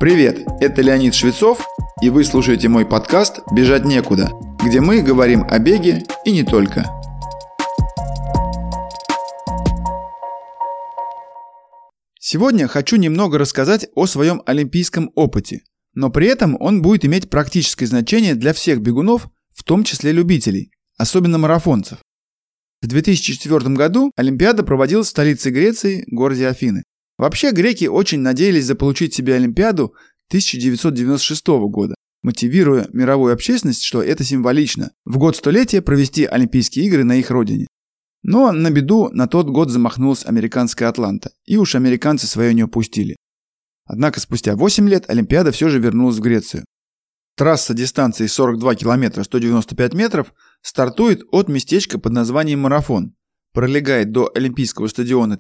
Привет, это Леонид Швецов, и вы слушаете мой подкаст «Бежать некуда», где мы говорим о беге и не только. Сегодня хочу немного рассказать о своем олимпийском опыте, но при этом он будет иметь практическое значение для всех бегунов, в том числе любителей, особенно марафонцев. В 2004 году Олимпиада проводилась в столице Греции, городе Афины. Вообще греки очень надеялись заполучить себе Олимпиаду 1996 года, мотивируя мировую общественность, что это символично, в год столетия провести Олимпийские игры на их родине. Но на беду на тот год замахнулась американская Атланта, и уж американцы свое не упустили. Однако спустя 8 лет Олимпиада все же вернулась в Грецию. Трасса дистанцией 42 километра 195 метров стартует от местечка под названием Марафон, пролегает до Олимпийского стадиона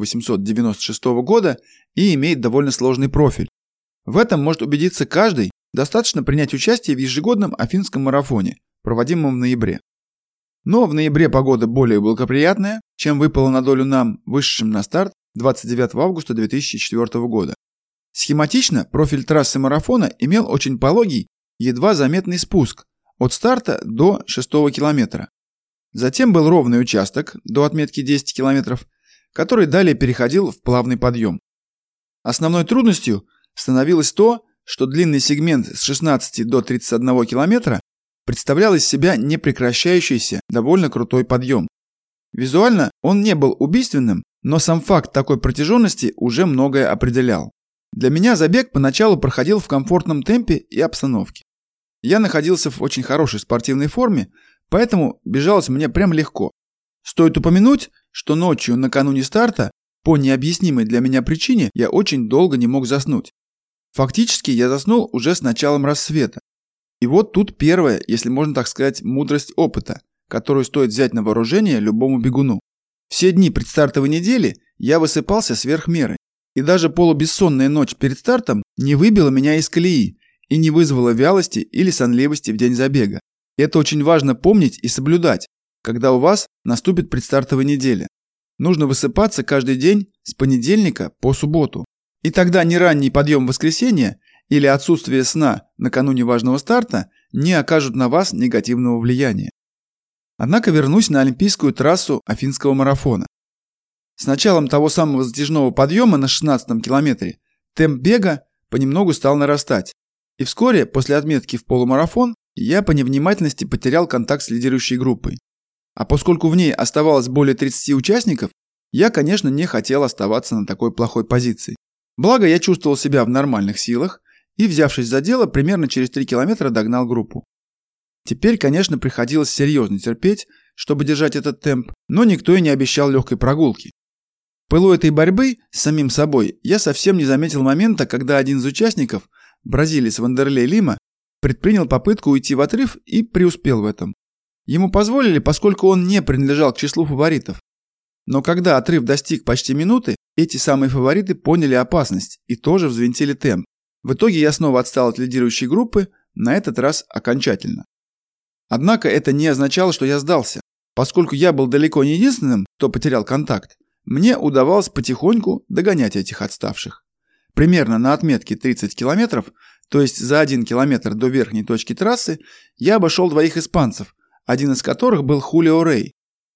1896 года и имеет довольно сложный профиль. В этом может убедиться каждый, достаточно принять участие в ежегодном Афинском марафоне, проводимом в ноябре. Но в ноябре погода более благоприятная, чем выпала на долю нам, вышедшим на старт 29 августа 2004 года. Схематично профиль трассы марафона имел очень пологий, едва заметный спуск от старта до 6-го километра. Затем был ровный участок до отметки 10 километров, который далее переходил в плавный подъем. Основной трудностью становилось то, что длинный сегмент с 16 до 31 километра представлял из себя непрекращающийся, довольно крутой подъем. Визуально он не был убийственным, но сам факт такой протяженности уже многое определял. Для меня забег поначалу проходил в комфортном темпе и обстановке. Я находился в очень хорошей спортивной форме, поэтому бежалось мне прям легко. Стоит упомянуть, что ночью накануне старта, по необъяснимой для меня причине, я очень долго не мог заснуть. Фактически я заснул уже с началом рассвета. И вот тут первая, если можно так сказать, мудрость опыта, которую стоит взять на вооружение любому бегуну. Все дни предстартовой недели я высыпался сверх меры, и даже полубессонная ночь перед стартом не выбила меня из колеи и не вызвала вялости или сонливости в день забега. Это очень важно помнить и соблюдать, когда у вас наступит предстартовая неделя. Нужно высыпаться каждый день с понедельника по субботу. И тогда ни ранний подъем в воскресенье или отсутствие сна накануне важного старта не окажут на вас негативного влияния. Однако вернусь на олимпийскую трассу Афинского марафона. С началом того самого затяжного подъема на 16-м километре темп бега понемногу стал нарастать. И вскоре, после отметки в полумарафон, я по невнимательности потерял контакт с лидирующей группой. А поскольку в ней оставалось более 30 участников, я, конечно, не хотел оставаться на такой плохой позиции. Благо, я чувствовал себя в нормальных силах и, взявшись за дело, примерно через 3 километра догнал группу. Теперь, конечно, приходилось серьезно терпеть, чтобы держать этот темп, но никто и не обещал легкой прогулки. В пылу этой борьбы с самим собой я совсем не заметил момента, когда один из участников, бразилец Вандерлей Лима, предпринял попытку уйти в отрыв и преуспел в этом. Ему позволили, поскольку он не принадлежал к числу фаворитов. Но когда отрыв достиг почти минуты, эти самые фавориты поняли опасность и тоже взвинтили темп. В итоге я снова отстал от лидирующей группы, на этот раз окончательно. Однако это не означало, что я сдался. Поскольку я был далеко не единственным, кто потерял контакт, мне удавалось потихоньку догонять этих отставших. Примерно на отметке 30 километров, то есть за 1 километр до верхней точки трассы, я обошел двоих испанцев, один из которых был Хулио Рей.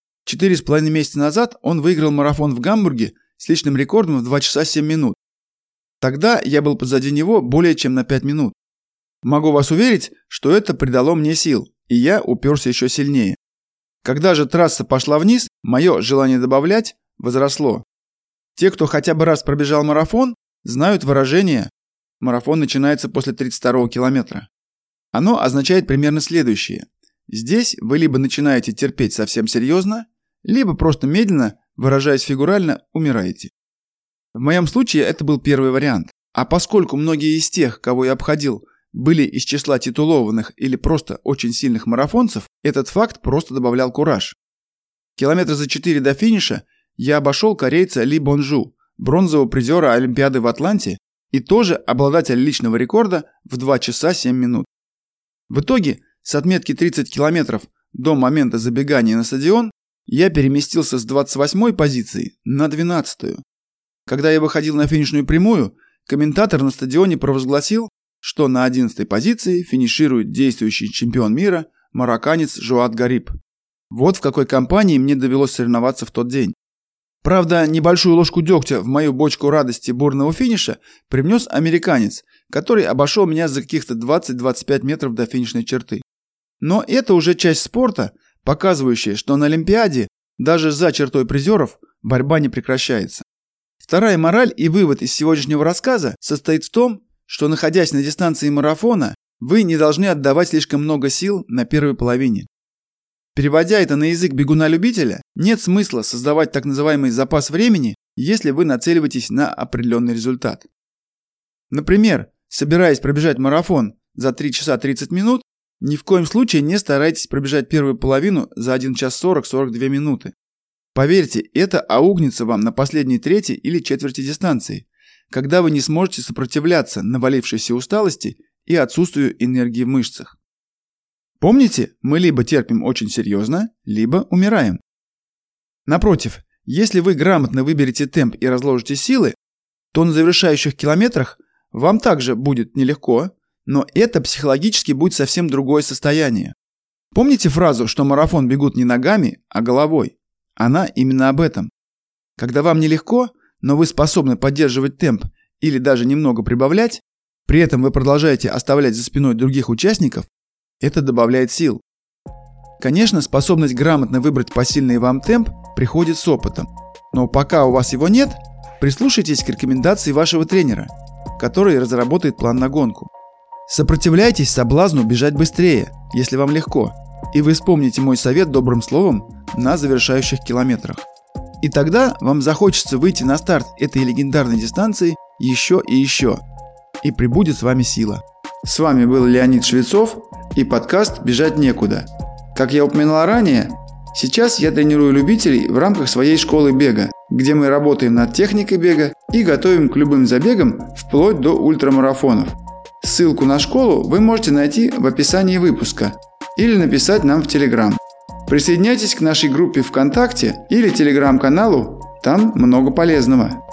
4,5 месяца назад он выиграл марафон в Гамбурге с личным рекордом в 2 часа 7 минут. Тогда я был позади него более чем на 5 минут. Могу вас уверить, что это придало мне сил, и я уперся еще сильнее. Когда же трасса пошла вниз, мое желание добавлять возросло. Те, кто хотя бы раз пробежал марафон, знают выражение «марафон начинается после 32-го километра». Оно означает примерно следующее. Здесь вы либо начинаете терпеть совсем серьезно, либо просто медленно, выражаясь фигурально, умираете. В моем случае это был первый вариант. А поскольку многие из тех, кого я обходил, были из числа титулованных или просто очень сильных марафонцев, этот факт просто добавлял кураж. Километра за 4 до финиша я обошел корейца Ли Бонжу, бронзового призера Олимпиады в Атланте и тоже обладателя личного рекорда в 2 часа 7 минут. В итоге, с отметки 30 километров до момента забегания на стадион, я переместился с 28-й позиции на 12-ю. Когда я выходил на финишную прямую, комментатор на стадионе провозгласил, что на 11-й позиции финиширует действующий чемпион мира марокканец Жуад Гариб. Вот в какой компании мне довелось соревноваться в тот день. Правда, небольшую ложку дегтя в мою бочку радости бурного финиша привнес американец, который обошел меня за каких-то 20-25 метров до финишной черты. Но это уже часть спорта, показывающая, что на Олимпиаде, даже за чертой призеров, борьба не прекращается. Вторая мораль и вывод из сегодняшнего рассказа состоит в том, что, находясь на дистанции марафона, вы не должны отдавать слишком много сил на первой половине. Переводя это на язык бегуна-любителя, нет смысла создавать так называемый запас времени, если вы нацеливаетесь на определенный результат. Например, собираясь пробежать марафон за 3 часа 30 минут, ни в коем случае не старайтесь пробежать первую половину за 1 час 40-42 минуты. Поверьте, это аугнется вам на последней трети или четверти дистанции, когда вы не сможете сопротивляться навалившейся усталости и отсутствию энергии в мышцах. Помните, мы либо терпим очень серьезно, либо умираем. Напротив, если вы грамотно выберете темп и разложите силы, то на завершающих километрах вам также будет нелегко, но это психологически будет совсем другое состояние. Помните фразу, что марафон бегут не ногами, а головой? Она именно об этом. Когда вам нелегко, но вы способны поддерживать темп или даже немного прибавлять, при этом вы продолжаете оставлять за спиной других участников, это добавляет сил. Конечно, способность грамотно выбрать посильный вам темп приходит с опытом. Но пока у вас его нет, прислушайтесь к рекомендации вашего тренера, который разработает план на гонку. Сопротивляйтесь соблазну бежать быстрее, если вам легко, и вы вспомните мой совет добрым словом на завершающих километрах. И тогда вам захочется выйти на старт этой легендарной дистанции еще и еще. И пребудет с вами сила. С вами был Леонид Швецов и подкаст «Бежать некуда». Как я упоминал ранее, сейчас я тренирую любителей в рамках своей школы бега, где мы работаем над техникой бега и готовим к любым забегам вплоть до ультрамарафонов. Ссылку на школу вы можете найти в описании выпуска или написать нам в Telegram. Присоединяйтесь к нашей группе ВКонтакте или Telegram-каналу, там много полезного.